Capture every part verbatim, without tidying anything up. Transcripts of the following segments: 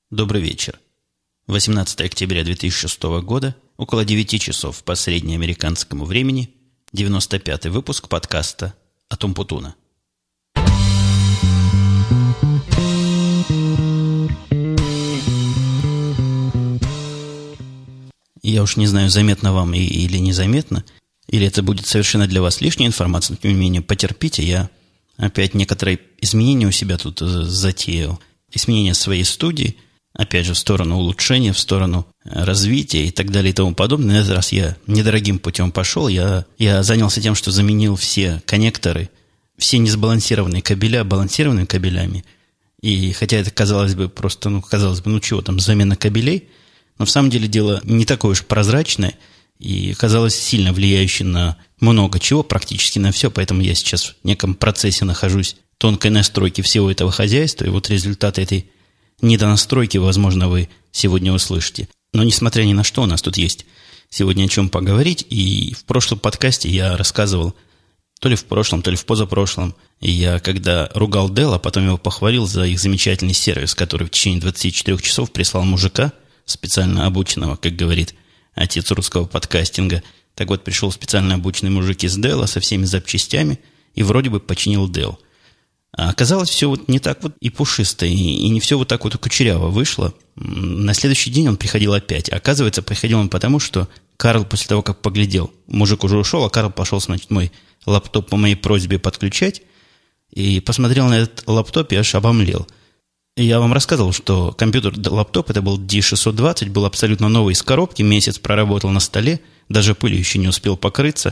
Добрый вечер. восемнадцатое октября две тысячи шестого года, около девяти часов по среднеамериканскому времени, девяносто пятый выпуск подкаста «От Умпутуна». Я уж не знаю, заметно вам и, или незаметно, или это будет совершенно для вас лишняя информация, но тем не менее потерпите, я опять некоторые изменения у себя тут затеял. Изменения своей студии, опять же, в сторону улучшения, в сторону развития и так далее и тому подобное. На этот раз я недорогим путем пошел. Я, я занялся тем, что заменил все коннекторы, все несбалансированные кабеля балансированными кабелями. И хотя это казалось бы просто, ну, казалось бы, ну чего там, замена кабелей, но в самом деле дело не такое уж прозрачное и казалось сильно влияющее на много чего, практически на все. Поэтому я сейчас в неком процессе нахожусь тонкой настройки всего этого хозяйства, и вот результаты этой недонастройки, возможно, вы сегодня услышите. Но, несмотря ни на что, у нас тут есть сегодня о чем поговорить, и в прошлом подкасте я рассказывал, то ли в прошлом, то ли в позапрошлом, и я, когда ругал Dell, а потом его похвалил за их замечательный сервис, который в течение двадцати четырёх часов прислал мужика, специально обученного, как говорит отец русского подкастинга. Так вот, пришел специально обученный мужик из Dell со всеми запчастями и вроде бы починил Dell. А оказалось, все вот не так вот и пушисто, и, и не все вот так вот и кучеряво вышло. На следующий день он приходил опять. Оказывается, приходил он потому, что Карл после того, как поглядел, мужик уже ушел, а Карл пошел, значит, мой лаптоп по моей просьбе подключать, и посмотрел на этот лаптоп и аж обомлел. И я вам рассказывал, что компьютер, лаптоп, это был ди шестьсот двадцать, был абсолютно новый из коробки, месяц проработал на столе, даже пылью еще не успел покрыться,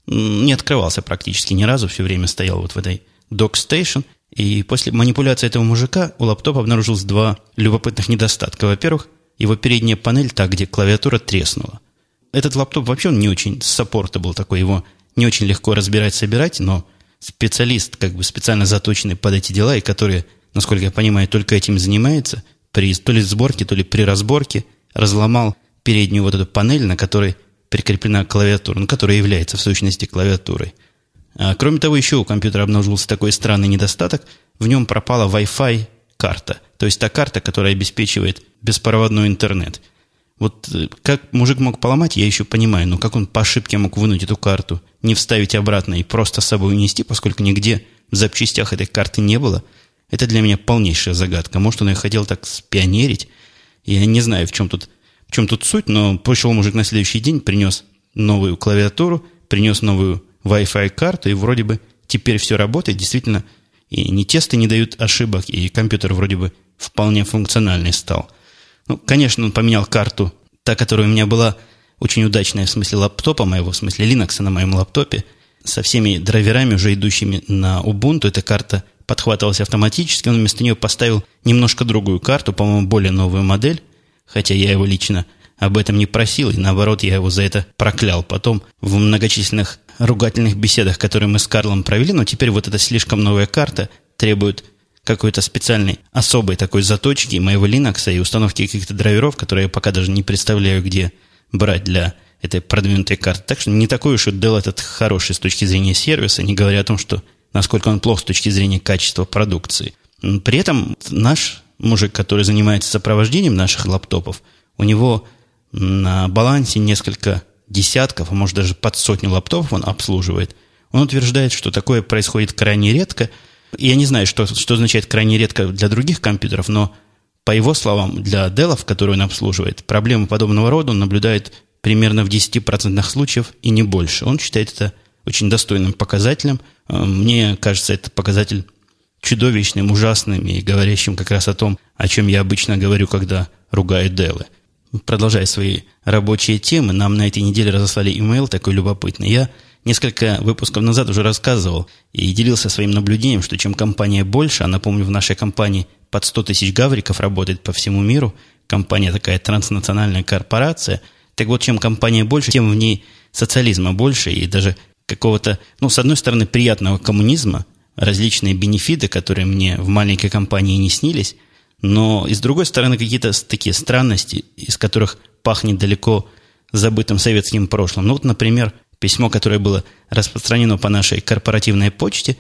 не открывался практически ни разу, все время стоял вот в этой DockStation, и после манипуляции этого мужика у лаптопа обнаружилось два любопытных недостатка. Во-первых, его передняя панель, та, где клавиатура, треснула. Этот лаптоп вообще он не очень саппорта был такой, его не очень легко разбирать, собирать, но специалист, как бы специально заточенный под эти дела, и который, насколько я понимаю, только этим занимается, при то ли сборке, то ли при разборке, разломал переднюю вот эту панель, на которой прикреплена клавиатура, ну, которая является в сущности клавиатурой. А, кроме того, еще у компьютера обнаружился такой странный недостаток. В нем пропала Wi-Fi карта. То есть та карта, которая обеспечивает беспроводной интернет. Вот как мужик мог поломать, я еще понимаю. Но как он по ошибке мог вынуть эту карту, не вставить обратно и просто с собой унести, поскольку нигде в запчастях этой карты не было, это для меня полнейшая загадка. Может, он ее хотел так спионерить. Я не знаю, в чем тут, в чем тут суть, но пришел мужик на следующий день, принес новую клавиатуру, принес новую Wi-Fi карту, и вроде бы теперь все работает, действительно, и ни тесты не дают ошибок, и компьютер вроде бы вполне функциональный стал. Ну, конечно, он поменял карту, та, которая у меня была очень удачная в смысле лаптопа моего, в смысле Linux на моем лаптопе, со всеми драйверами, уже идущими на Ubuntu. Эта карта подхватывалась автоматически, он вместо нее поставил немножко другую карту, по-моему, более новую модель, хотя я его лично об этом не просил, и наоборот, я его за это проклял потом в многочисленных ругательных беседах, которые мы с Карлом провели, но теперь вот эта слишком новая карта требует какой-то специальной особой такой заточки моего Linux и установки каких-то драйверов, которые я пока даже не представляю, где брать для этой продвинутой карты. Так что не такой уж и Dell этот хороший с точки зрения сервиса, не говоря о том, что насколько он плох с точки зрения качества продукции. При этом наш мужик, который занимается сопровождением наших лаптопов, у него на балансе несколько десятков, а может даже под сотню лаптопов он обслуживает. Он утверждает, что такое происходит крайне редко. Я не знаю, что, что означает крайне редко для других компьютеров, но, по его словам, для Dell, которые он обслуживает, проблемы подобного рода он наблюдает примерно в десяти процентах случаев и не больше. Он считает это очень достойным показателем. Мне кажется, это показатель чудовищным, ужасным и говорящим как раз о том, о чем я обычно говорю, когда ругаю Dell. Продолжая свои рабочие темы, нам на этой неделе разослали имейл такой любопытный. Я несколько выпусков назад уже рассказывал и делился своим наблюдением, что чем компания больше, а напомню, в нашей компании под сто тысяч гавриков работает по всему миру, компания такая транснациональная корпорация, так вот, чем компания больше, тем в ней социализма больше и даже какого-то, ну, с одной стороны, приятного коммунизма, различные бенефиты, которые мне в маленькой компании не снились, но и с другой стороны какие-то такие странности, из которых пахнет далеко забытым советским прошлым. Ну вот, например, письмо, которое было распространено по нашей корпоративной почте,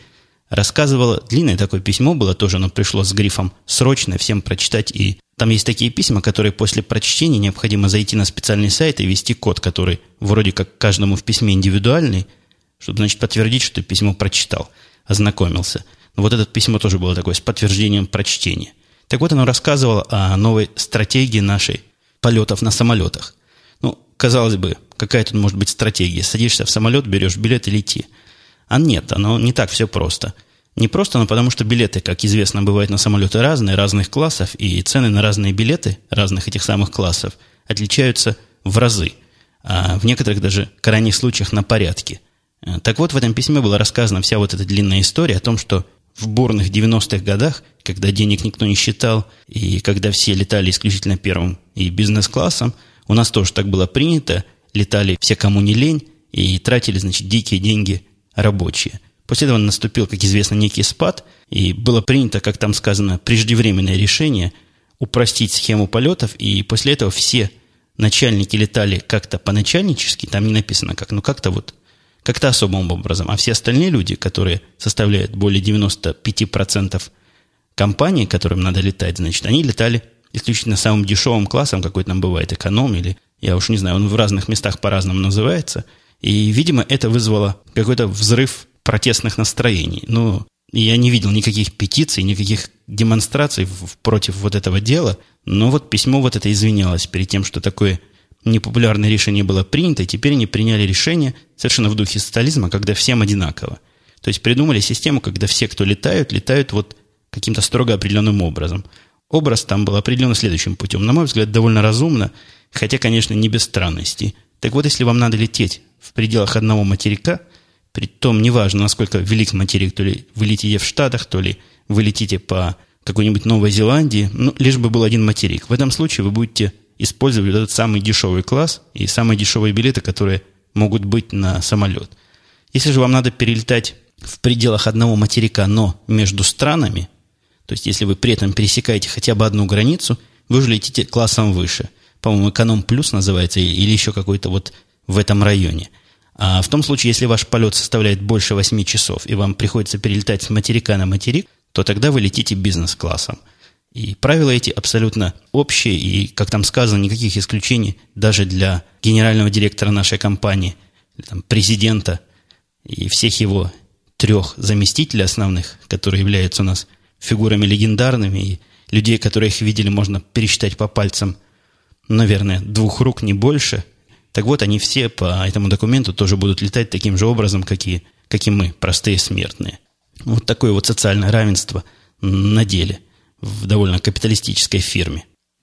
рассказывала, длинное такое письмо было тоже, оно пришло с грифом «срочно», всем прочитать, и там есть такие письма, которые после прочтения необходимо зайти на специальный сайт и ввести код, который вроде как каждому в письме индивидуальный, чтобы, значит, подтвердить, что ты письмо прочитал, ознакомился. Но вот это письмо тоже было такое, с подтверждением прочтения. Так вот, оно рассказывало о новой стратегии нашей полетов на самолетах. Ну, казалось бы, какая тут может быть стратегия? Садишься в самолет, берешь билет и лети. А нет, оно не так все просто. Не просто, но потому что билеты, как известно, бывают на самолеты разные, разных классов, и цены на разные билеты разных этих самых классов отличаются в разы, а в некоторых даже крайних случаях на порядке. Так вот, в этом письме была рассказана вся вот эта длинная история о том, что в бурных девяностых годах, когда денег никто не считал, и когда все летали исключительно первым и бизнес-классом, у нас тоже так было принято, летали все, кому не лень, и тратили, значит, дикие деньги рабочие. После этого наступил, как известно, некий спад, и было принято, как там сказано, преждевременное решение упростить схему полетов, и после этого все начальники летали как-то по-начальнически, там не написано как, ну как-то вот, как-то особым образом, а все остальные люди, которые составляют более девяносто пять процентов компаний, которым надо летать, значит, они летали исключительно самым дешевым классом, какой там бывает, эконом, или, я уж не знаю, он в разных местах по-разному называется. И, видимо, это вызвало какой-то взрыв протестных настроений. Ну, я не видел никаких петиций, никаких демонстраций против вот этого дела, но вот письмо вот это извинялось перед тем, что такое непопулярное решение было принято, и теперь они приняли решение совершенно в духе социализма, когда всем одинаково. То есть придумали систему, когда все, кто летают, летают вот каким-то строго определенным образом. Образ там был определен следующим путем. На мой взгляд, довольно разумно, хотя, конечно, не без странностей. Так вот, если вам надо лететь в пределах одного материка, притом неважно, насколько велик материк, то ли вы летите в Штатах, то ли вы летите по какой-нибудь Новой Зеландии, ну, лишь бы был один материк. В этом случае вы будете использовать этот самый дешевый класс и самые дешевые билеты, которые могут быть на самолет. Если же вам надо перелетать в пределах одного материка, но между странами, то есть если вы при этом пересекаете хотя бы одну границу, вы уже летите классом выше. По-моему, эконом плюс называется, или еще какой-то вот в этом районе. А в том случае, если ваш полет составляет больше восьми часов, и вам приходится перелетать с материка на материк, то тогда вы летите бизнес-классом. И правила эти абсолютно общие, и, как там сказано, никаких исключений даже для генерального директора нашей компании, или там, президента и всех его трех заместителей основных, которые являются у нас фигурами легендарными, и людей, которые их видели, можно пересчитать по пальцам, наверное, двух рук, не больше. Так вот, они все по этому документу тоже будут летать таким же образом, как и, как и мы, простые смертные. Вот такое вот социальное равенство на деле в довольно капиталистической фирме.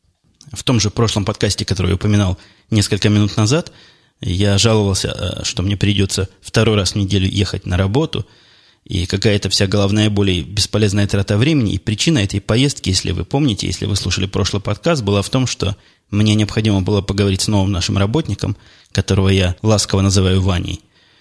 В том же прошлом подкасте, который я упоминал несколько минут назад, я жаловался, что мне придется второй раз в неделю ехать на работу, и какая-то вся головная боль и бесполезная трата времени. И причина этой поездки, если вы помните, если вы слушали прошлый подкаст, была в том, что мне необходимо было поговорить с новым нашим работником, которого я ласково называю Ваней.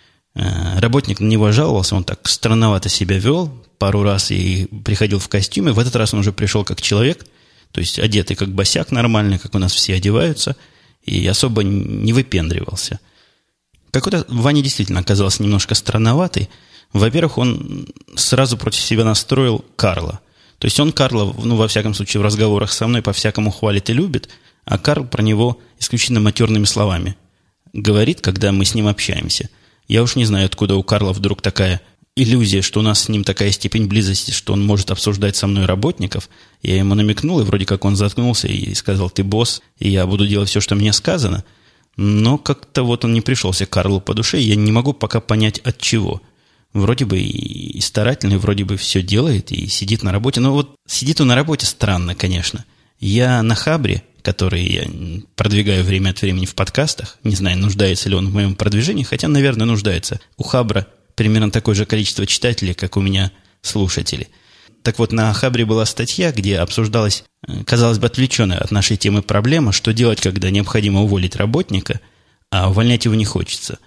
Работник на него жаловался, он так странновато себя вел пару раз и приходил в костюме. В этот раз он уже пришел как человек, то есть одетый как босяк нормальный, как у нас все одеваются, и особо не выпендривался. Какой-то Ваня действительно оказался немножко странноватый. Во-первых, он сразу против себя настроил Карла. То есть он Карла, ну, во всяком случае, в разговорах со мной по-всякому хвалит и любит, а Карл про него исключительно матерными словами говорит, когда мы с ним общаемся. Я уж не знаю, откуда у Карла вдруг такая иллюзия, что у нас с ним такая степень близости, что он может обсуждать со мной работников. Я ему намекнул, и вроде как он заткнулся и сказал: «Ты босс, и я буду делать все, что мне сказано». Но как-то вот он не пришелся Карлу по душе, и я не могу пока понять, от чего. Вроде бы и старательный, вроде бы все делает и сидит на работе. Но вот сидит он на работе странно, конечно. Я на Хабре, который я продвигаю время от времени в подкастах, не знаю, нуждается ли он в моем продвижении, хотя, наверное, нуждается. У Хабра примерно такое же количество читателей, как у меня слушателей. Так вот, на Хабре была статья, где обсуждалась, казалось бы, отвлеченная от нашей темы проблема, что делать, когда необходимо уволить работника, а увольнять его не хочется.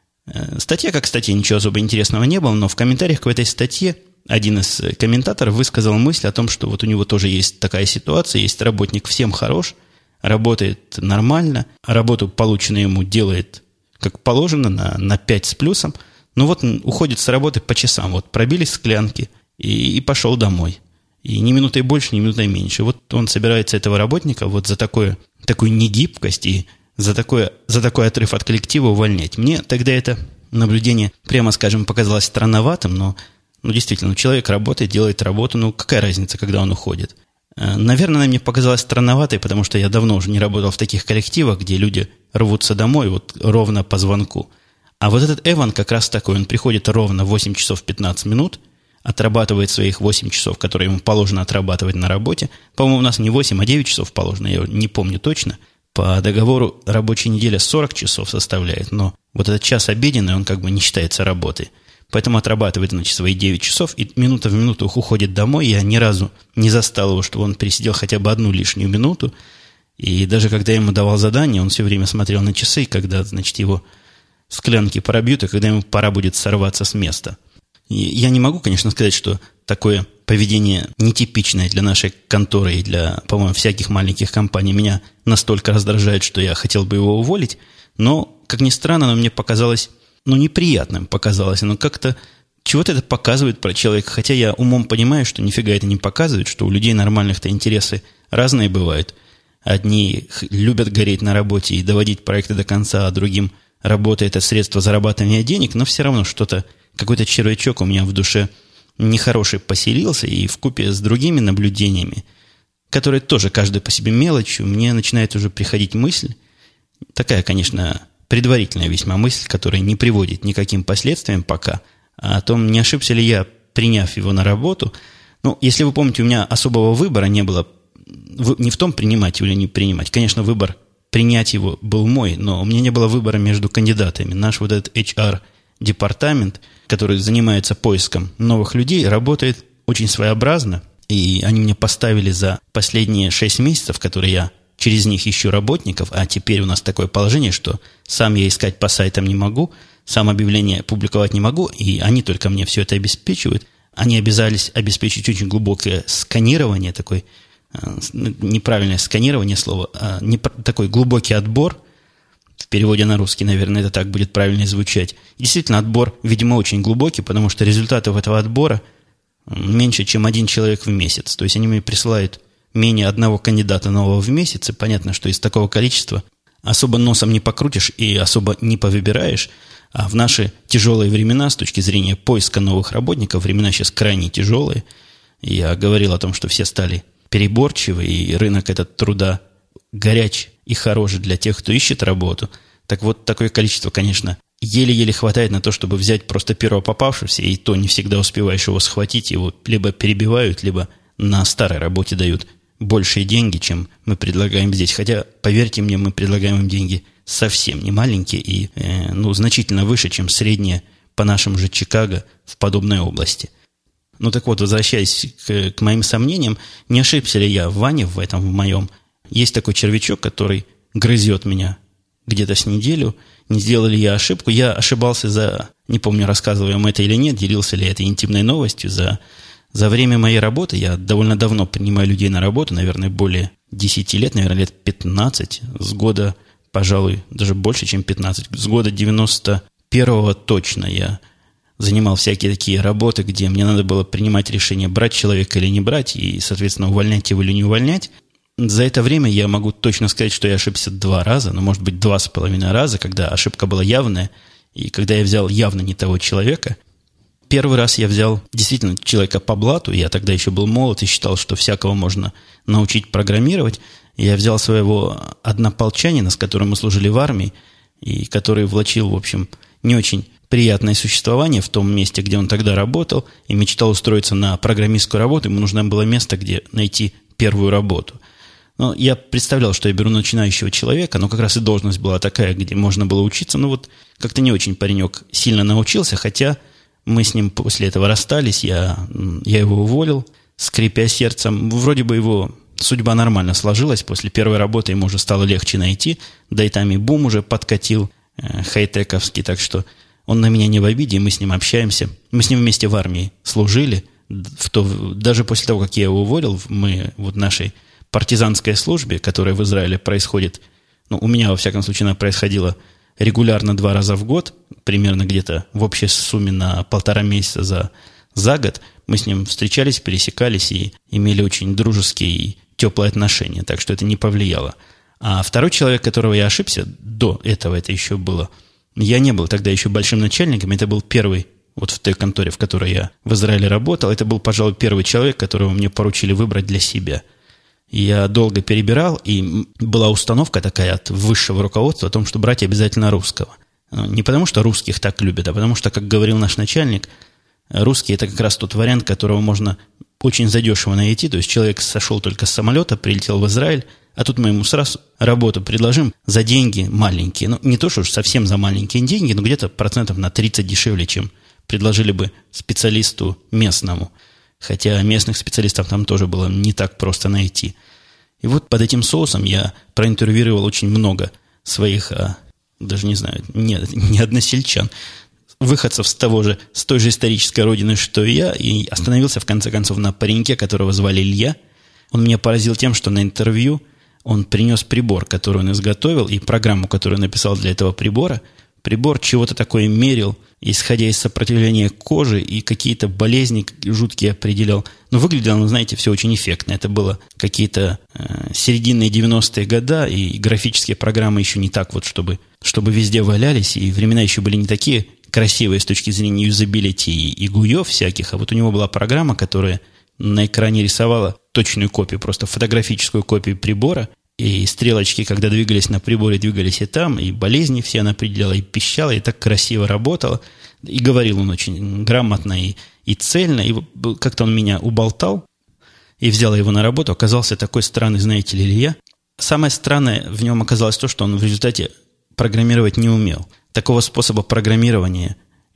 Статья, как статья, ничего особо интересного не было, но в комментариях к этой статье один из комментаторов высказал мысль о том, что вот у него тоже есть такая ситуация, есть работник всем хорош, работает нормально, работу, полученную ему, делает как положено, на, на пять с плюсом, но вот уходит с работы по часам. Вот пробились склянки, и, и пошел домой. И ни минутой больше, ни минутой меньше. Вот он собирается этого работника вот за такое, такую негибкость и за, такое, за такой отрыв от коллектива увольнять. Мне тогда это наблюдение, прямо скажем, показалось странноватым, но ну, действительно, человек работает, делает работу, ну, какая разница, когда он уходит? Наверное, она мне показалась странноватой, потому что я давно уже не работал в таких коллективах, где люди рвутся домой вот ровно по звонку. А вот этот Эван как раз такой, он приходит ровно в восемь часов пятнадцать минут, отрабатывает своих восемь часов, которые ему положено отрабатывать на работе. По-моему, у нас не восемь, а девять часов положено, я не помню точно. По договору рабочая неделя сорок часов составляет, но вот этот час обеденный, он как бы не считается работой. Поэтому отрабатывает, значит, свои девять часов, и минута в минуту уходит домой. Я ни разу не застал его, чтобы он пересидел хотя бы одну лишнюю минуту. И даже когда я ему давал задание, он все время смотрел на часы, когда, значит, его склянки пробьют, и когда ему пора будет сорваться с места. И я не могу, конечно, сказать, что такое поведение нетипичное для нашей конторы и для, по-моему, всяких маленьких компаний меня настолько раздражает, что я хотел бы его уволить. Но, как ни странно, оно мне показалось... Ну, неприятным показалось. Оно как-то чего-то это показывает про человека. Хотя я умом понимаю, что нифига это не показывает, что у людей нормальных-то интересы разные бывают. Одни любят гореть на работе и доводить проекты до конца, а другим работа – это средство зарабатывания денег, но все равно что-то, какой-то червячок у меня в душе нехороший поселился, и вкупе с другими наблюдениями, которые тоже каждый по себе мелочью, мне начинает уже приходить мысль, такая, конечно, предварительная весьма мысль, которая не приводит ни к каким последствиям пока, а о том, не ошибся ли я, приняв его на работу. Ну, если вы помните, у меня особого выбора не было, не в том, принимать его или не принимать. Конечно, выбор принять его был мой, но у меня не было выбора между кандидатами. Наш вот этот эйч ар-департамент, который занимается поиском новых людей, работает очень своеобразно, и они мне поставили за последние шесть месяцев, которые я через них ищу работников, а теперь у нас такое положение, что сам я искать по сайтам не могу, сам объявление публиковать не могу, и они только мне все это обеспечивают. Они обязались обеспечить очень глубокое сканирование, такой, неправильное сканирование слова, а не, такой глубокий отбор, в переводе на русский, наверное, это так будет правильно звучать. И действительно, отбор, видимо, очень глубокий, потому что результатов этого отбора меньше, чем один человек в месяц. То есть они мне присылают менее одного кандидата нового в месяц, и понятно, что из такого количества особо носом не покрутишь и особо не повыбираешь, а в наши тяжелые времена, с точки зрения поиска новых работников, времена сейчас крайне тяжелые. Я говорил о том, что все стали переборчивы, и рынок этот труда горяч и хорош для тех, кто ищет работу. Так вот, такое количество, конечно, еле-еле хватает на то, чтобы взять просто первого попавшегося, и то не всегда успеваешь его схватить, его либо перебивают, либо на старой работе дают большие деньги, чем мы предлагаем здесь. Хотя, поверьте мне, мы предлагаем им деньги совсем не маленькие и э, ну, значительно выше, чем средние по нашему же Чикаго в подобной области. Ну так вот, возвращаясь к, к моим сомнениям, не ошибся ли я в Ване в этом, в моем? Есть такой червячок, который грызет меня где-то с неделю. Не сделал ли я ошибку? Я ошибался за, не помню, рассказывал я вам это или нет, делился ли этой интимной новостью, за... За время моей работы, я довольно давно принимаю людей на работу, наверное, более десяти лет, наверное, лет пятнадцать, с года, пожалуй, даже больше, чем пятнадцать, с года девяносто первого точно я занимал всякие такие работы, где мне надо было принимать решение, брать человека или не брать, и, соответственно, увольнять его или не увольнять. За это время я могу точно сказать, что я ошибся два раза, ну, может быть, два с половиной раза, когда ошибка была явная, и когда я взял явно не того человека. Первый раз я взял действительно человека по блату, я тогда еще был молод и считал, что всякого можно научить программировать. Я взял своего однополчанина, с которым мы служили в армии, и который влачил, в общем, не очень приятное существование в том месте, где он тогда работал, и мечтал устроиться на программистскую работу. Ему нужно было место, где найти первую работу. Но я представлял, что я беру начинающего человека, но как раз и должность была такая, где можно было учиться. Ну вот как-то не очень паренек сильно научился, хотя... Мы с ним после этого расстались, я, я его уволил, скрипя сердцем. Вроде бы его судьба нормально сложилась, после первой работы ему уже стало легче найти, да и там и бум уже подкатил, э, хай-тековский, так что он на меня не в обиде, и мы с ним общаемся. Мы с ним вместе в армии служили, в то, даже после того, как я его уволил, мы вот в нашей партизанской службе, которая в Израиле происходит, ну, у меня, во всяком случае, она происходила регулярно два раза в год, примерно где-то в общей сумме на полтора месяца за, за год, Мы с ним встречались, пересекались и имели очень дружеские и теплые отношения, так что это не повлияло. А второй человек, которого я ошибся, до этого это еще было, я не был тогда еще большим начальником, это был первый, вот в той конторе, в которой я в Израиле работал, это был, пожалуй, первый человек, которого мне поручили выбрать для себя. Я долго перебирал, и была установка такая от высшего руководства о том, что брать обязательно русского. Не потому, что русских так любят, а потому что, как говорил наш начальник, русский – это как раз тот вариант, которого можно очень задешево найти. То есть человек сошел только с самолета, прилетел в Израиль, а тут мы ему сразу работу предложим за деньги маленькие. Ну, не то, что уж совсем за маленькие деньги, но где-то процентов на тридцать дешевле, чем предложили бы специалисту местному. Хотя местных специалистов там тоже было не так просто найти. И вот под этим соусом я проинтервьюировал очень много своих, а, даже не знаю, не, не односельчан, выходцев с того же, с той же исторической родины, что и я, и остановился, в конце концов, на пареньке, которого звали Илья. Он меня поразил тем, что на интервью он принес прибор, который он изготовил, и программу, которую написал для этого прибора. Прибор чего-то такое мерил, исходя из сопротивления кожи, и какие-то болезни жуткие определял. Но выглядело, ну, знаете, все очень эффектно. Это было какие-то э, серединные девяностые года, и графические программы еще не так вот, чтобы, чтобы везде валялись, и времена еще были не такие красивые с точки зрения юзабилити и, и гуев всяких, а вот у него была программа, которая на экране рисовала точную копию, просто фотографическую копию прибора, и стрелочки, когда двигались на приборе, двигались и там, и болезни все она определяла, и пищала, и так красиво работала. И говорил он очень грамотно и, и цельно, и как-то он меня уболтал, и взял его на работу. Оказался такой странный, знаете ли, Илья. Самое странное в нем оказалось то, что он в результате программировать не умел. Такого способа программирования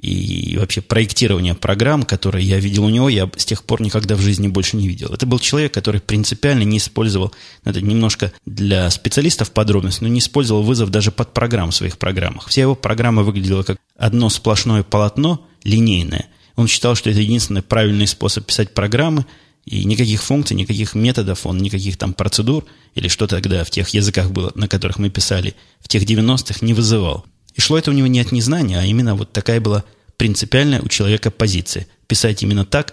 и вообще проектирования программ, которые я видел у него, я с тех пор никогда в жизни больше не видел. Это был человек, который принципиально не использовал, это немножко для специалистов подробности, но не использовал вызов даже под программ в своих программах. Вся его программа выглядела как одно сплошное полотно, линейное. Он считал, что это единственный правильный способ писать программы, и никаких функций, никаких методов, он никаких там процедур или что тогда в тех языках было, на которых мы писали, в тех девяностых не вызывал. И шло это у него не от незнания, а именно вот такая была принципиальная у человека позиция. Писать именно так,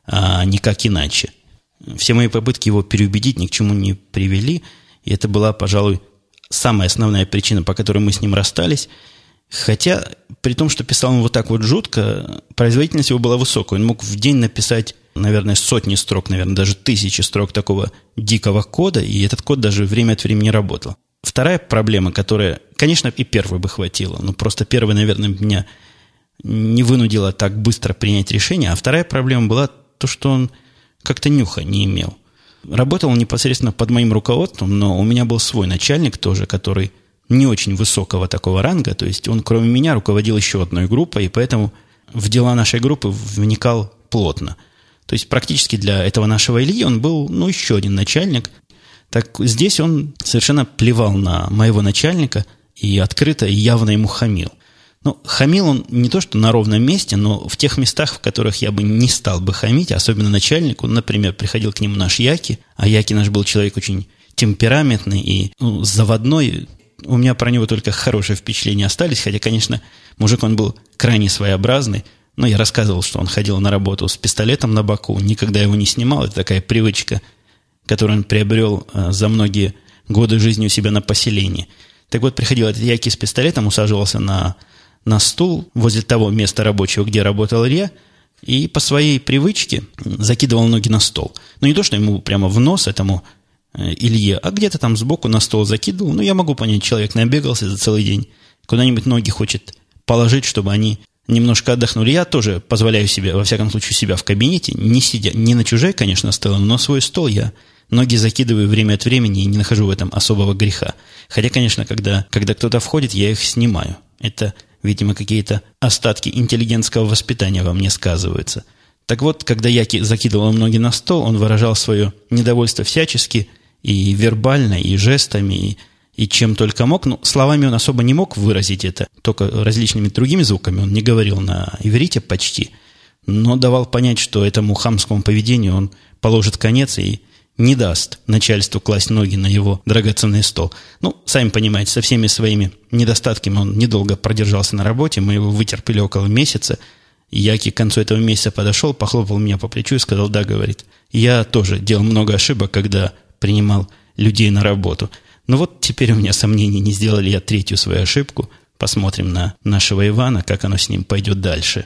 а не как иначе. Все мои попытки его переубедить ни к чему не привели, и это была, пожалуй, самая основная причина, по которой мы с ним расстались. Хотя, при том, что писал он вот так вот жутко, производительность его была высокая. Он мог в день написать, наверное, сотни строк, наверное, даже тысячи строк такого дикого кода, и этот код даже время от времени работал. Вторая проблема, которая, конечно, и первой бы хватило, но просто первая, наверное, меня не вынудила так быстро принять решение, а вторая проблема была то, что он как-то нюха не имел. Работал он непосредственно под моим руководством, но у меня был свой начальник тоже, который не очень высокого такого ранга, то есть он, кроме меня, руководил еще одной группой, и поэтому в дела нашей группы вникал плотно. То есть практически для этого нашего Ильи он был, ну, еще один начальник. Так здесь он совершенно плевал на моего начальника и открыто и явно ему хамил. Ну, хамил он не то что на ровном месте, но в тех местах, в которых я бы не стал бы хамить, особенно начальнику. Например, приходил к нему наш Яки, а Яки наш был человек очень темпераментный и, ну, заводной. У меня про него только хорошие впечатления остались, хотя, конечно, мужик он был крайне своеобразный. Но я рассказывал, что он ходил на работу с пистолетом на боку, никогда его не снимал. Это такая привычка, который он приобрел за многие годы жизни у себя на поселении. Так вот, приходил этот Яки с пистолетом, усаживался на, на стул возле того места рабочего, где работал Илья, и по своей привычке закидывал ноги на стол. Ну, не то, что ему прямо в нос этому Илье, а где-то там сбоку на стол закидывал. Ну, я могу понять, человек набегался за целый день, куда-нибудь ноги хочет положить, чтобы они немножко отдохнули. Я тоже позволяю себе, во всяком случае, себя в кабинете, не сидя, не на чужой, конечно, стол, но на свой стол я ноги закидываю время от времени и не нахожу в этом особого греха. Хотя, конечно, когда, когда кто-то входит, я их снимаю. Это, видимо, какие-то остатки интеллигентского воспитания во мне сказываются. Так вот, когда я закидывал ноги на стол, он выражал свое недовольство всячески, и вербально, и жестами, и, и чем только мог. Ну, словами он особо не мог выразить это, только различными другими звуками. Он не говорил на иврите почти, но давал понять, что этому хамскому поведению он положит конец и не даст начальству класть ноги на его драгоценный стол. Ну, сами понимаете, со всеми своими недостатками он недолго продержался на работе, мы его вытерпели около месяца. Яки к концу этого месяца подошел, похлопал меня по плечу и сказал: да, говорит, я тоже делал много ошибок, когда принимал людей на работу. Но вот теперь у меня сомнений, не сделал ли я третью свою ошибку. Посмотрим на нашего Ивана, как оно с ним пойдет дальше.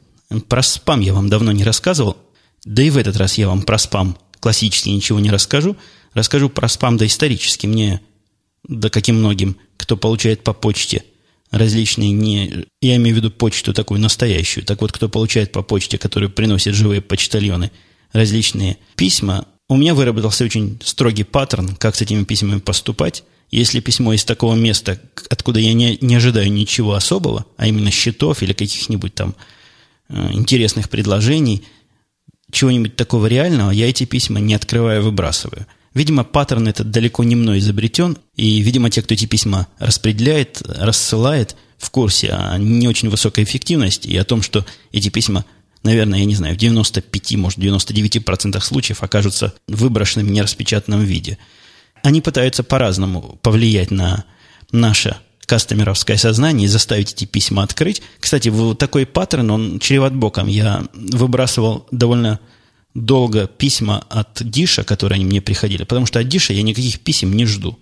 Про спам я вам давно не рассказывал. Да и в этот раз я вам про спам классически ничего не расскажу. Расскажу про спам доисторический. Мне, да как и многим, кто получает по почте различные, не, я имею в виду почту такую настоящую. Так вот, кто получает по почте, которую приносят живые почтальоны, различные письма, у меня выработался очень строгий паттерн, как с этими письмами поступать. Если письмо из такого места, откуда я не, не ожидаю ничего особого, а именно счетов или каких-нибудь там э, интересных предложений, чего-нибудь такого реального, я эти письма не открываю, выбрасываю. Видимо, паттерн этот далеко не мной изобретен, и, видимо, те, кто эти письма распределяет, рассылает, в курсе о не очень высокой эффективности и о том, что эти письма, наверное, я не знаю, в девяноста пяти, может, девяноста девяти процентах случаев окажутся выброшенными в нераспечатанном виде. Они пытаются по-разному повлиять на наше кастомеровское сознание и заставить эти письма открыть. Кстати, вот такой паттерн, он чреват боком. Я выбрасывал довольно долго письма от Диша, которые они мне приходили, потому что от Диша я никаких писем не жду.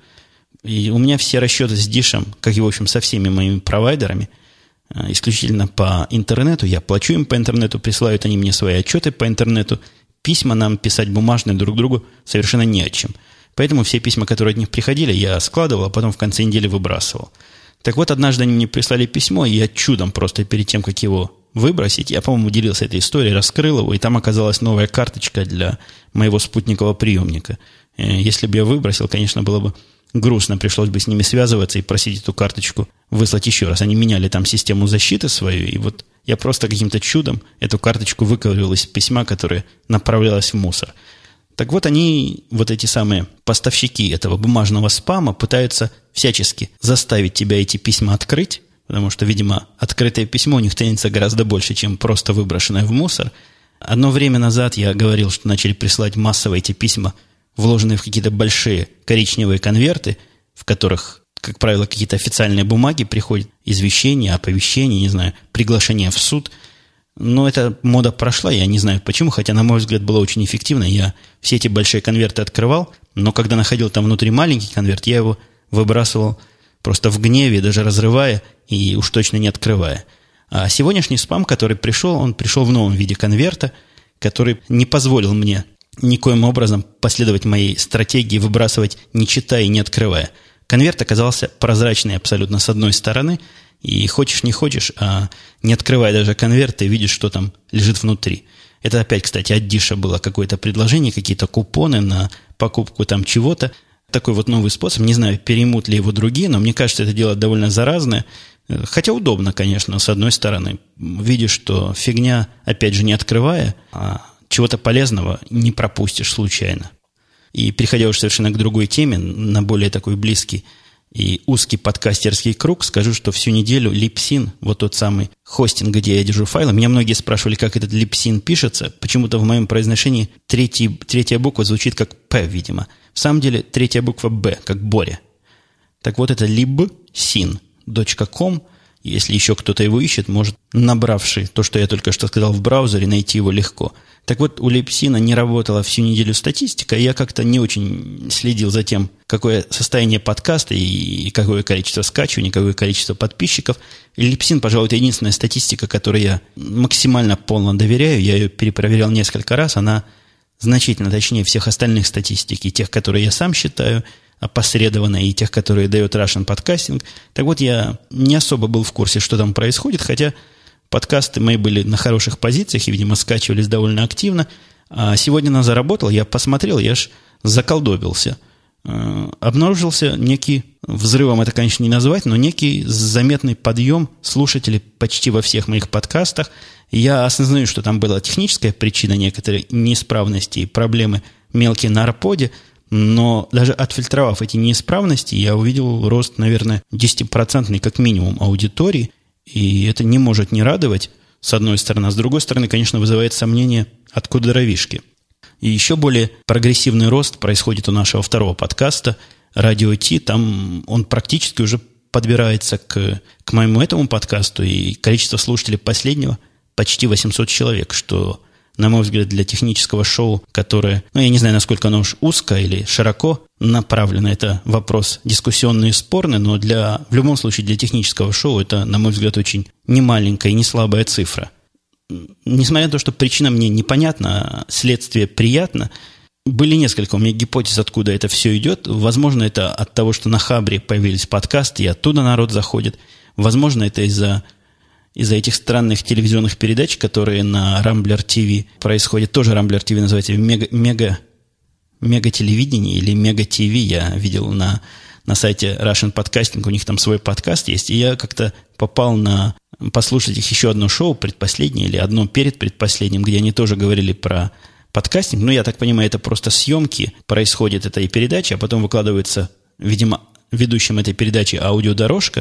И у меня все расчеты с Дишем, как и, в общем, со всеми моими провайдерами, исключительно по интернету. Я плачу им по интернету, присылают они мне свои отчеты по интернету. Письма нам писать бумажные друг другу совершенно не о чем. Поэтому все письма, которые от них приходили, я складывал, а потом в конце недели выбрасывал. Так вот, однажды они мне прислали письмо, и я чудом просто перед тем, как его выбросить, я, по-моему, делился этой историей, раскрыл его, и там оказалась новая карточка для моего спутникового приемника. Если бы я выбросил, конечно, было бы грустно, пришлось бы с ними связываться и просить эту карточку выслать еще раз. Они меняли там систему защиты свою, и вот я просто каким-то чудом эту карточку выковырял из письма, которое направлялось в мусор. Так вот, они, вот эти самые поставщики этого бумажного спама, пытаются всячески заставить тебя эти письма открыть, потому что, видимо, открытое письмо у них ценится гораздо больше, чем просто выброшенное в мусор. Одно время назад я говорил, что начали присылать массово эти письма, вложенные в какие-то большие коричневые конверты, в которых, как правило, какие-то официальные бумаги приходят, извещения, оповещения, не знаю, приглашения в суд. Но эта мода прошла, я не знаю почему, хотя, на мой взгляд, было очень эффективно. Я все эти большие конверты открывал, но когда находил там внутри маленький конверт, я его выбрасывал просто в гневе, даже разрывая и уж точно не открывая. А сегодняшний спам, который пришел, он пришел в новом виде конверта, который не позволил мне никоим образом последовать моей стратегии выбрасывать, не читая и не открывая. Конверт оказался прозрачный абсолютно с одной стороны, и хочешь не хочешь, а не открывая даже конверт, ты видишь, что там лежит внутри. Это опять, кстати, от Диша было какое-то предложение, какие-то купоны на покупку там чего-то. Такой вот новый способ. Не знаю, переймут ли его другие, но мне кажется, это дело довольно заразное. Хотя удобно, конечно, с одной стороны. Видишь, что фигня, опять же, не открывая, а чего-то полезного не пропустишь случайно. И переходя уж совершенно к другой теме, на более такой близкий и узкий подкастерский круг, скажу, что всю неделю Libsyn, вот тот самый хостинг, где я держу файлы, меня многие спрашивали, как этот Libsyn пишется. Почему-то в моем произношении третий, третья буква звучит как «П», видимо. В самом деле третья буква «Б», как Боря. Так вот, это libsyn точка ком. Если еще кто-то его ищет, может, набравший то, что я только что сказал в браузере, найти его легко. Так вот, у Libsyn не работала всю неделю статистика, и я как-то не очень следил за тем, какое состояние подкаста и какое количество скачиваний, какое количество подписчиков. И Libsyn, пожалуй, это единственная статистика, которой я максимально полно доверяю. Я ее перепроверял несколько раз. Она значительно точнее всех остальных статистик, и тех, которые я сам считаю опосредованно, и тех, которые дает Russian Podcasting. Так вот, я не особо был в курсе, что там происходит, хотя подкасты мои были на хороших позициях и, видимо, скачивались довольно активно. А сегодня она заработала, я посмотрел, я аж заколдобился. Обнаружился некий, взрывом это, конечно, не назвать, но некий заметный подъем слушателей почти во всех моих подкастах. Я осознаю, что там была техническая причина некоторой неисправности и проблемы мелкие на арподе, но даже отфильтровав эти неисправности, я увидел рост, наверное, десятипроцентный как минимум аудитории, и это не может не радовать, с одной стороны. А с другой стороны, конечно, вызывает сомнение, откуда дровишки. И еще более прогрессивный рост происходит у нашего второго подкаста «Радио Ти». Там он практически уже подбирается к, к моему этому подкасту, и количество слушателей последнего почти восемьсот человек, что, на мой взгляд, для технического шоу, которое, ну, я не знаю, насколько оно уж узко или широко направлено, это вопрос дискуссионный и спорный, но для, в любом случае для технического шоу это, на мой взгляд, очень немаленькая и не слабая цифра. Несмотря на то, что причина мне непонятна, следствие приятно, были несколько у меня гипотез, откуда это все идет. Возможно, это от того, что на Хабре появились подкасты, и оттуда народ заходит. Возможно, это из-за, из-за этих странных телевизионных передач, которые на Рамблер ТВ происходят. Тоже Рамблер ТВ называется мега, мега, мега телевидение или Мега ТВ. Я видел на, на сайте Russian Podcasting, у них там свой подкаст есть. И я как-то попал на послушать их еще одно шоу, предпоследнее или одно перед предпоследним, где они тоже говорили про подкастинг. Ну, я так понимаю, это просто съемки происходит этой передачи, а потом выкладывается, видимо, ведущим этой передачи аудиодорожка.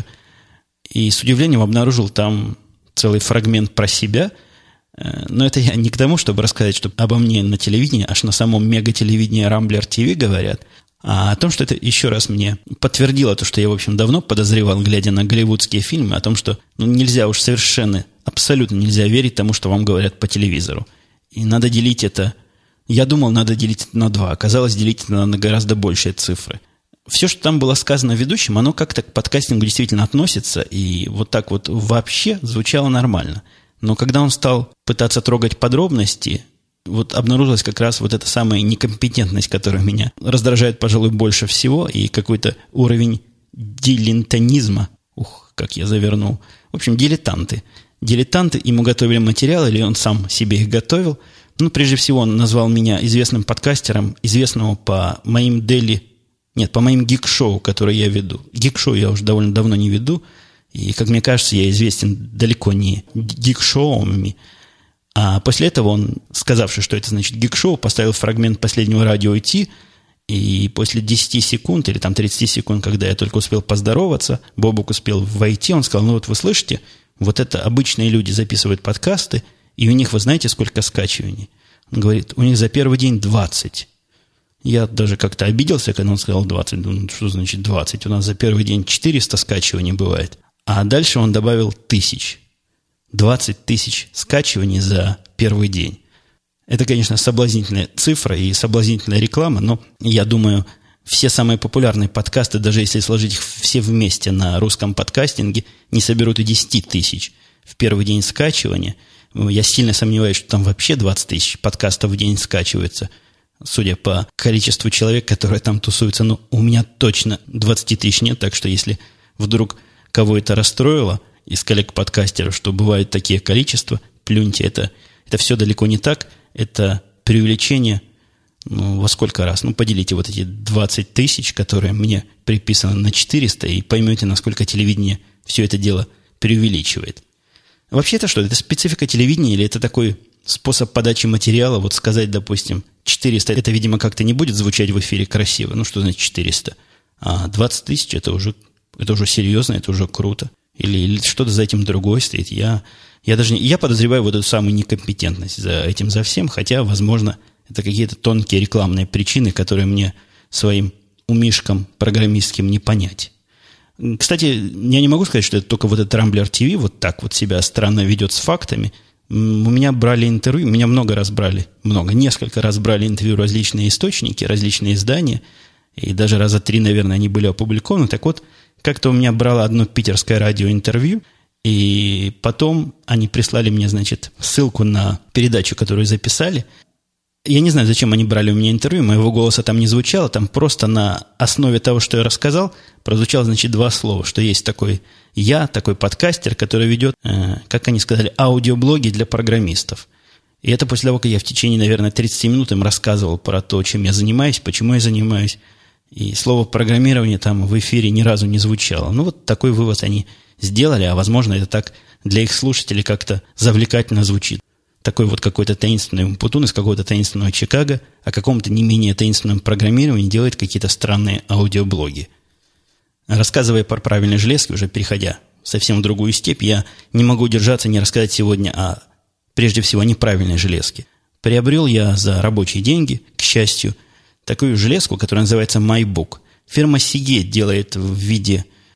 И с удивлением обнаружил там целый фрагмент про себя. Но это я не к тому, чтобы рассказать, что обо мне на телевидении, аж на самом мега-телевидении Рамблер ТВ говорят, а о том, что это еще раз мне подтвердило то, что я, в общем, давно подозревал, глядя на голливудские фильмы, о том, что ну, нельзя уж совершенно, абсолютно нельзя верить тому, что вам говорят по телевизору. И надо делить это... Я думал, надо делить это на два. Оказалось, делить это на гораздо большие цифры. Все, что там было сказано ведущим, оно как-то к подкастингу действительно относится, и вот так вот вообще звучало нормально. Но когда он стал пытаться трогать подробности, вот обнаружилась как раз вот эта самая некомпетентность, которая меня раздражает, пожалуй, больше всего, и какой-то уровень дилетантизма. Ух, как я завернул. В общем, дилетанты. Дилетанты, ему готовили материал, или он сам себе их готовил. Ну, прежде всего, он назвал меня известным подкастером, известного по моим дели, нет, по моим гик-шоу, которые я веду. Гик-шоу я уже довольно давно не веду, и, как мне кажется, я известен далеко не гик-шоуми. А после этого он, сказавший, что это значит гик-шоу, поставил фрагмент последнего радио идти, и после десяти секунд, или там тридцати секунд, когда я только успел поздороваться, Бобук успел войти, он сказал, ну вот вы слышите, вот это обычные люди записывают подкасты, и у них, вы знаете, сколько скачиваний? Он говорит, у них за первый день двадцать. Я даже как-то обиделся, когда он сказал двадцать. Думаю, что значит двадцать? У нас за первый день четыреста скачиваний бывает. А дальше он добавил тысяч. двадцать тысяч скачиваний за первый день. Это, конечно, соблазнительная цифра и соблазнительная реклама, но я думаю, все самые популярные подкасты, даже если сложить их все вместе на русском подкастинге, не соберут и десяти тысяч в первый день скачивания. Я сильно сомневаюсь, что там вообще двадцать тысяч подкастов в день скачивается, судя по количеству человек, которые там тусуются. Но у меня точно двадцать тысяч нет, так что если вдруг кого это расстроило из коллег-подкастеров, что бывают такие количества, плюньте, это, это все далеко не так, это преувеличение, ну, во сколько раз? Ну, поделите вот эти двадцать тысяч, которые мне приписаны на четыреста, и поймете, насколько телевидение все это дело преувеличивает. Вообще это что? Это специфика телевидения или это такой способ подачи материала? Вот сказать, допустим, четыреста, это, видимо, как-то не будет звучать в эфире красиво. Ну, что значит четыреста? А двадцать тысяч, это уже, это уже серьезно, это уже круто. Или, или что-то за этим другое стоит. Я, я даже не, я подозреваю вот эту самую некомпетентность за этим, за всем, хотя, возможно, это какие-то тонкие рекламные причины, которые мне своим умишкам программистским не понять. Кстати, я не могу сказать, что это только вот этот Рамблер ТВ вот так вот себя странно ведет с фактами. У меня брали интервью, меня много раз брали, много, несколько раз брали интервью различные источники, различные издания, и даже раза три, наверное, они были опубликованы. Так вот, как-то у меня брало одно питерское радио интервью, и потом они прислали мне, значит, ссылку на передачу, которую записали. Я не знаю, зачем они брали у меня интервью, моего голоса там не звучало, там просто на основе того, что я рассказал, прозвучало, значит, два слова, что есть такой я, такой подкастер, который ведет, э, как они сказали, аудиоблоги для программистов. И это после того, как я в течение, наверное, тридцати минут им рассказывал про то, чем я занимаюсь, почему я занимаюсь, и слово программирование там в эфире ни разу не звучало. Ну, вот такой вывод они сделали, а, возможно, это так для их слушателей как-то завлекательно звучит. Такой вот какой-то таинственный умпутун из какого-то таинственного Чикаго о каком-то не менее таинственном программировании делает какие-то странные аудиоблоги. Рассказывая про правильные железки, уже переходя совсем в другую степь, я не могу удержаться не рассказать сегодня о, прежде всего, неправильной железке. Приобрел я за рабочие деньги, к счастью, такую железку, которая называется MyBook. Фирма Seagate делает в виде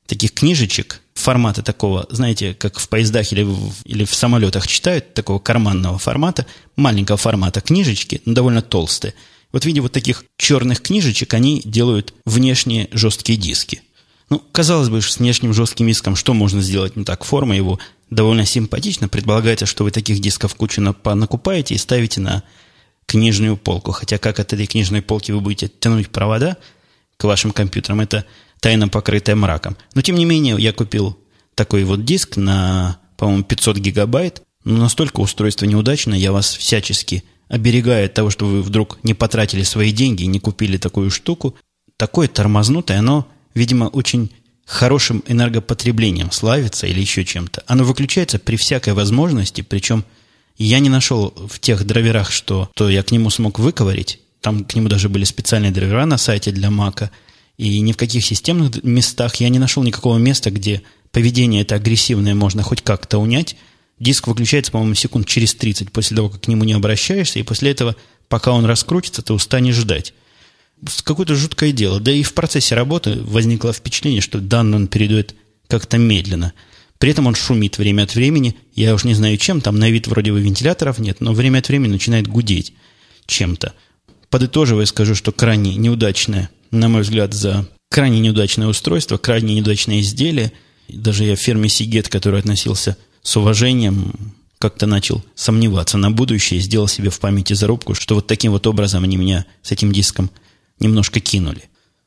таких книжечек формата такого, знаете, как в поездах или в, или в самолетах читают, такого карманного формата, маленького формата книжечки, но довольно толстые. Вот в виде вот таких черных книжечек они делают внешние жесткие диски. Ну, казалось бы, с внешним жестким диском что можно сделать не так? Форма его довольно симпатична. Предполагается, что вы таких дисков кучу накупаете и ставите на книжную полку. Хотя как от этой книжной полки вы будете тянуть провода к вашим компьютерам, это тайна, покрытая мраком. Но, тем не менее, я купил такой вот диск на, по-моему, пятьсот гигабайт. Но настолько устройство неудачно, я вас всячески оберегаю от того, что вы вдруг не потратили свои деньги и не купили такую штуку. Такое тормознутое, оно, видимо, очень хорошим энергопотреблением славится или еще чем-то. Оно выключается при всякой возможности, причем я не нашел в тех драйверах, что то я к нему смог выковырять. Там к нему даже были специальные драйвера на сайте для Mac. И ни в каких системных местах я не нашел никакого места, где поведение это агрессивное можно хоть как-то унять. Диск выключается, по-моему, секунд через тридцать после того, как к нему не обращаешься, и после этого, пока он раскрутится, ты устанешь ждать. Какое-то жуткое дело. Да и в процессе работы возникло впечатление, что данные он передает как-то медленно. При этом он шумит время от времени. Я уж не знаю чем, там на вид вроде бы вентиляторов нет, но время от времени начинает гудеть чем-то. Подытоживая, скажу, что крайне неудачное, на мой взгляд, за крайне неудачное устройство, крайне неудачное изделие. Даже я в фирме Seagate, к которой относился с уважением, как-то начал сомневаться на будущее и сделал себе в памяти зарубку, что вот таким вот образом они меня с этим диском немножко кинули.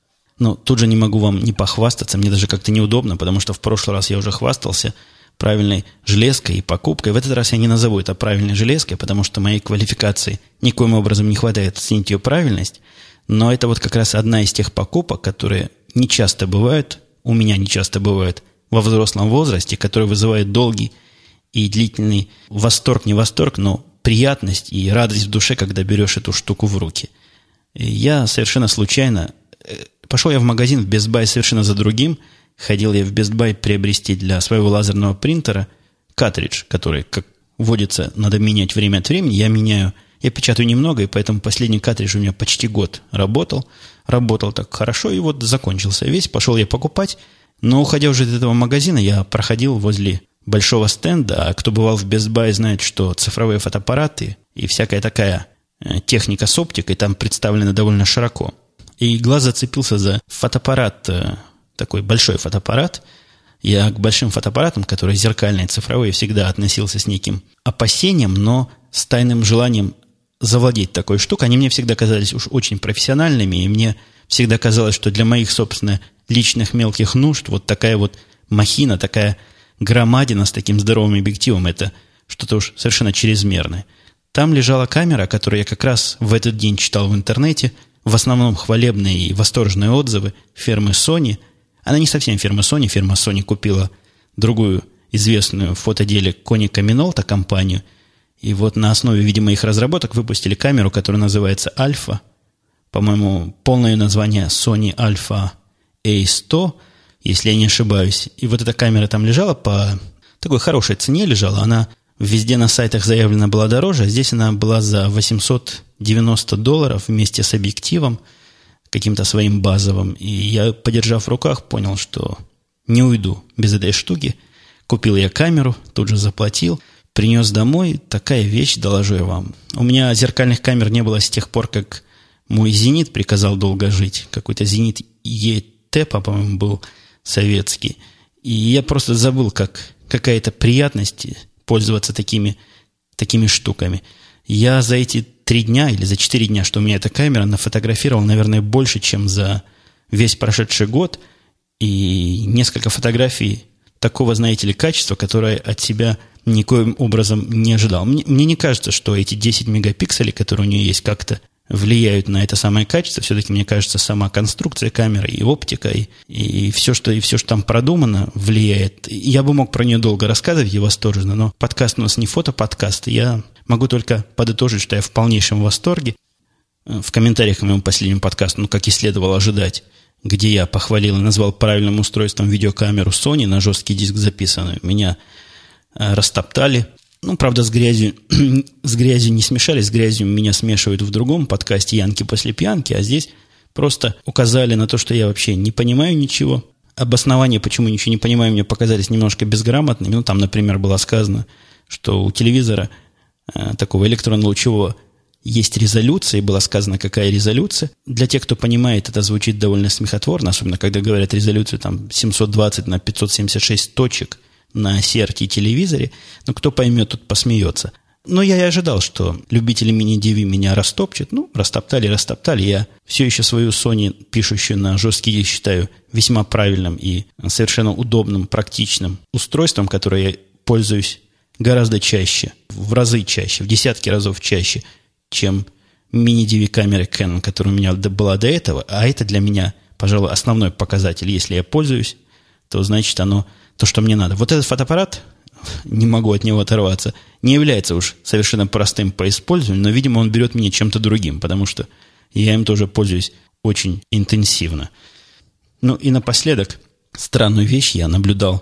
Но тут же не могу вам не похвастаться, мне даже как-то неудобно, потому что в прошлый раз я уже хвастался правильной железкой и покупкой. В этот раз я не назову это правильной железкой, потому что моей квалификации никоим образом не хватает оценить ее правильность. Но это вот как раз одна из тех покупок, которые не часто бывают, у меня не часто бывают во взрослом возрасте, которые вызывают долгий и длительный восторг, не восторг, но приятность и радость в душе, когда берешь эту штуку в руки. И я совершенно случайно... Пошел я в магазин в Best Buy совершенно за другим. Ходил я в Best Buy приобрести для своего лазерного принтера картридж, который, как водится, надо менять время от времени. Я меняю, я печатаю немного, и поэтому последний картридж у меня почти год работал. Работал так хорошо, и вот закончился весь. Пошел я покупать. Но, уходя уже из этого магазина, я проходил возле большого стенда. А кто бывал в Best Buy, знает, что цифровые фотоаппараты и всякая такая техника с оптикой там представлена довольно широко. И глаз зацепился за фотоаппарат, такой большой фотоаппарат. Я к большим фотоаппаратам, которые зеркальные, цифровые, всегда относился с неким опасением, но с тайным желанием завладеть такой штукой. Они мне всегда казались уж очень профессиональными, и мне всегда казалось, что для моих, собственно, личных мелких нужд вот такая вот махина, такая громадина с таким здоровым объективом, это что-то уж совершенно чрезмерное. Там лежала камера, которую я как раз в этот день читал в интернете, в основном хвалебные и восторженные отзывы фирмы Sony. Она не совсем фирма Sony. Фирма Sony купила другую известную в фотоделе Konica Minolta компанию. И вот на основе, видимо, их разработок выпустили камеру, которая называется Alpha. По-моему, полное название Sony Alpha эй сто, если я не ошибаюсь. И вот эта камера там лежала по такой хорошей цене лежала. Она везде на сайтах заявлена была дороже, а здесь она была за восемьсот девяносто долларов вместе с объективом, каким-то своим базовым. И я, подержав в руках, понял, что не уйду без этой штуки. Купил я камеру, тут же заплатил, принес домой. Такая вещь, доложу я вам. У меня зеркальных камер не было с тех пор, как мой «Зенит» приказал долго жить. Какой-то «Зенит» и тэ, по-моему, был советский. И я просто забыл, как какая-то приятность пользоваться такими, такими штуками. Я за эти три дня или за четыре дня, что у меня эта камера, нафотографировал, наверное, больше, чем за весь прошедший год. И несколько фотографий такого, знаете ли, качества, которое от себя никоим образом не ожидал. Мне, мне не кажется, что эти десять мегапикселей, которые у нее есть, как-то влияют на это самое качество. Все-таки, мне кажется, сама конструкция камеры и оптика, и, и, все, что, и все, что там продумано, влияет. Я бы мог про нее долго рассказывать и восторженно, но подкаст у нас не фотоподкаст. Я могу только подытожить, что я в полнейшем восторге. В комментариях к моему последнему подкасту, ну, как и следовало ожидать, где я похвалил и назвал правильным устройством видеокамеру Sony на жесткий диск записанную, меня растоптали. Ну, правда, с грязью, с грязью не смешались, с грязью меня смешивают в другом подкасте «Янки после пьянки», а здесь просто указали на то, что я вообще не понимаю ничего, обоснования, почему ничего не понимаю, мне показались немножко безграмотными. Ну, там, например, было сказано, что у телевизора э, такого электронно-лучевого есть резолюция, и было сказано, какая резолюция. Для тех, кто понимает, это звучит довольно смехотворно, особенно когда говорят резолюцию там семьсот двадцать на пятьсот семьдесят шесть точек на си ар ти-телевизоре. Но кто поймет, тут посмеется. Но я и ожидал, что любители мини-ди ви меня растопчут. Ну, растоптали, растоптали. Я все еще свою Sony, пишущую на жесткий диск, считаю весьма правильным и совершенно удобным, практичным устройством, которое я пользуюсь гораздо чаще, в разы чаще, в десятки разов чаще, чем мини-ди ви-камера Canon, которая у меня была до этого. А это для меня, пожалуй, основной показатель. Если я пользуюсь, то значит оно то, что мне надо. Вот этот фотоаппарат, не могу от него оторваться, не является уж совершенно простым по использованию, но, видимо, он берет меня чем-то другим, потому что я им тоже пользуюсь очень интенсивно. Ну и напоследок, странную вещь я наблюдал,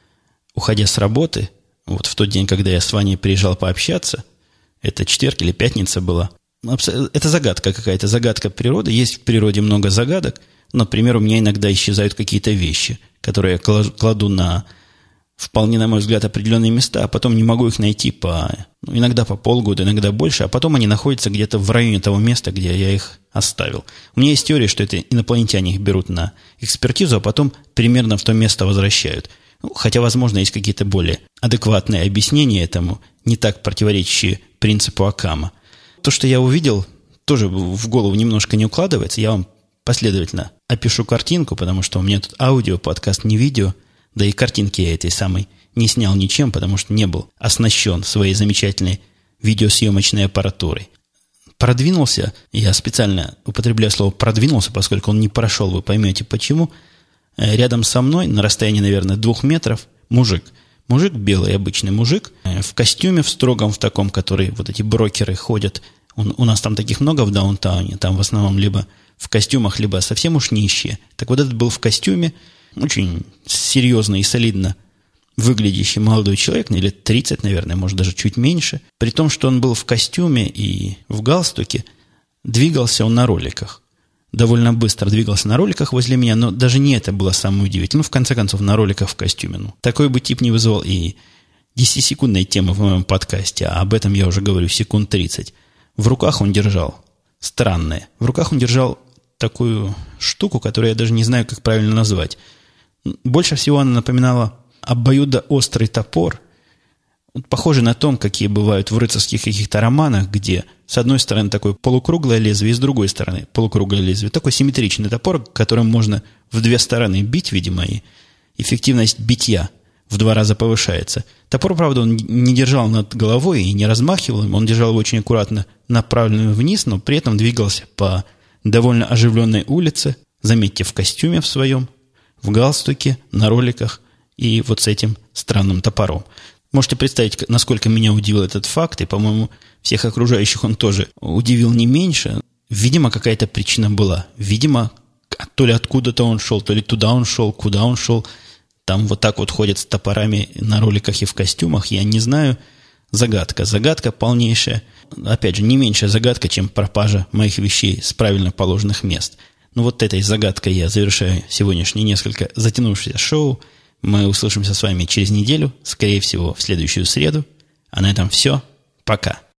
уходя с работы, вот в тот день, когда я с Ваней приезжал пообщаться, это четверг или пятница была. Это загадка какая-то, загадка природы. Есть в природе много загадок. Например, у меня иногда исчезают какие-то вещи, которые я кладу на вполне, на мой взгляд, определенные места, а потом не могу их найти по, ну, иногда по полгода, иногда больше, а потом они находятся где-то в районе того места, где я их оставил. У меня есть теория, что это инопланетяне их берут на экспертизу, а потом примерно в то место возвращают. Ну, хотя, возможно, есть какие-то более адекватные объяснения этому, не так противоречащие принципу Оккама. То, что я увидел, тоже в голову немножко не укладывается. Я вам последовательно опишу картинку, потому что у меня тут аудио, подкаст, не видео. Да и картинки я этой самой не снял ничем, потому что не был оснащен своей замечательной видеосъемочной аппаратурой. Продвинулся, я специально употребляю слово «продвинулся», поскольку он не прошел, вы поймете почему. Рядом со мной, на расстоянии, наверное, двух метров, мужик. Мужик, белый обычный мужик, в костюме в строгом, в таком, который вот эти брокеры ходят. Он, у нас там таких много в даунтауне, там в основном либо в костюмах, либо совсем уж нищие. Так вот этот был в костюме, очень серьезно и солидно выглядящий молодой человек, лет тридцать, наверное, может, даже чуть меньше. При том, что он был в костюме и в галстуке, двигался он на роликах. Довольно быстро двигался на роликах возле меня, но даже не это было самое удивительное. Ну, в конце концов, на роликах в костюме. Ну, такой бы тип не вызвал и десятисекундной темы в моем подкасте, а об этом я уже говорю секунд тридцать. В руках он держал странное. В руках он держал такую штуку, которую я даже не знаю, как правильно назвать. Больше всего она напоминала обоюдоострый топор, похожий на том, какие бывают в рыцарских каких-то романах, где с одной стороны такое полукруглое лезвие, и с другой стороны полукруглое лезвие. Такой симметричный топор, которым можно в две стороны бить, видимо, и эффективность битья в два раза повышается. Топор, правда, он не держал над головой и не размахивал им, он держал его очень аккуратно направленным вниз, но при этом двигался по довольно оживленной улице, заметьте, в костюме в своем, в галстуке, на роликах и вот с этим странным топором. Можете представить, насколько меня удивил этот факт, и, по-моему, всех окружающих он тоже удивил не меньше. Видимо, какая-то причина была. Видимо, то ли откуда-то он шел, то ли туда он шел, куда он шел. Там вот так вот ходят с топорами на роликах и в костюмах. Я не знаю. Загадка. Загадка полнейшая. Опять же, не меньшая загадка, чем пропажа моих вещей с правильно положенных мест. Но вот этой загадкой я завершаю сегодняшнее несколько затянувшееся шоу. Мы услышимся с вами через неделю, скорее всего, в следующую среду. А на этом все. Пока.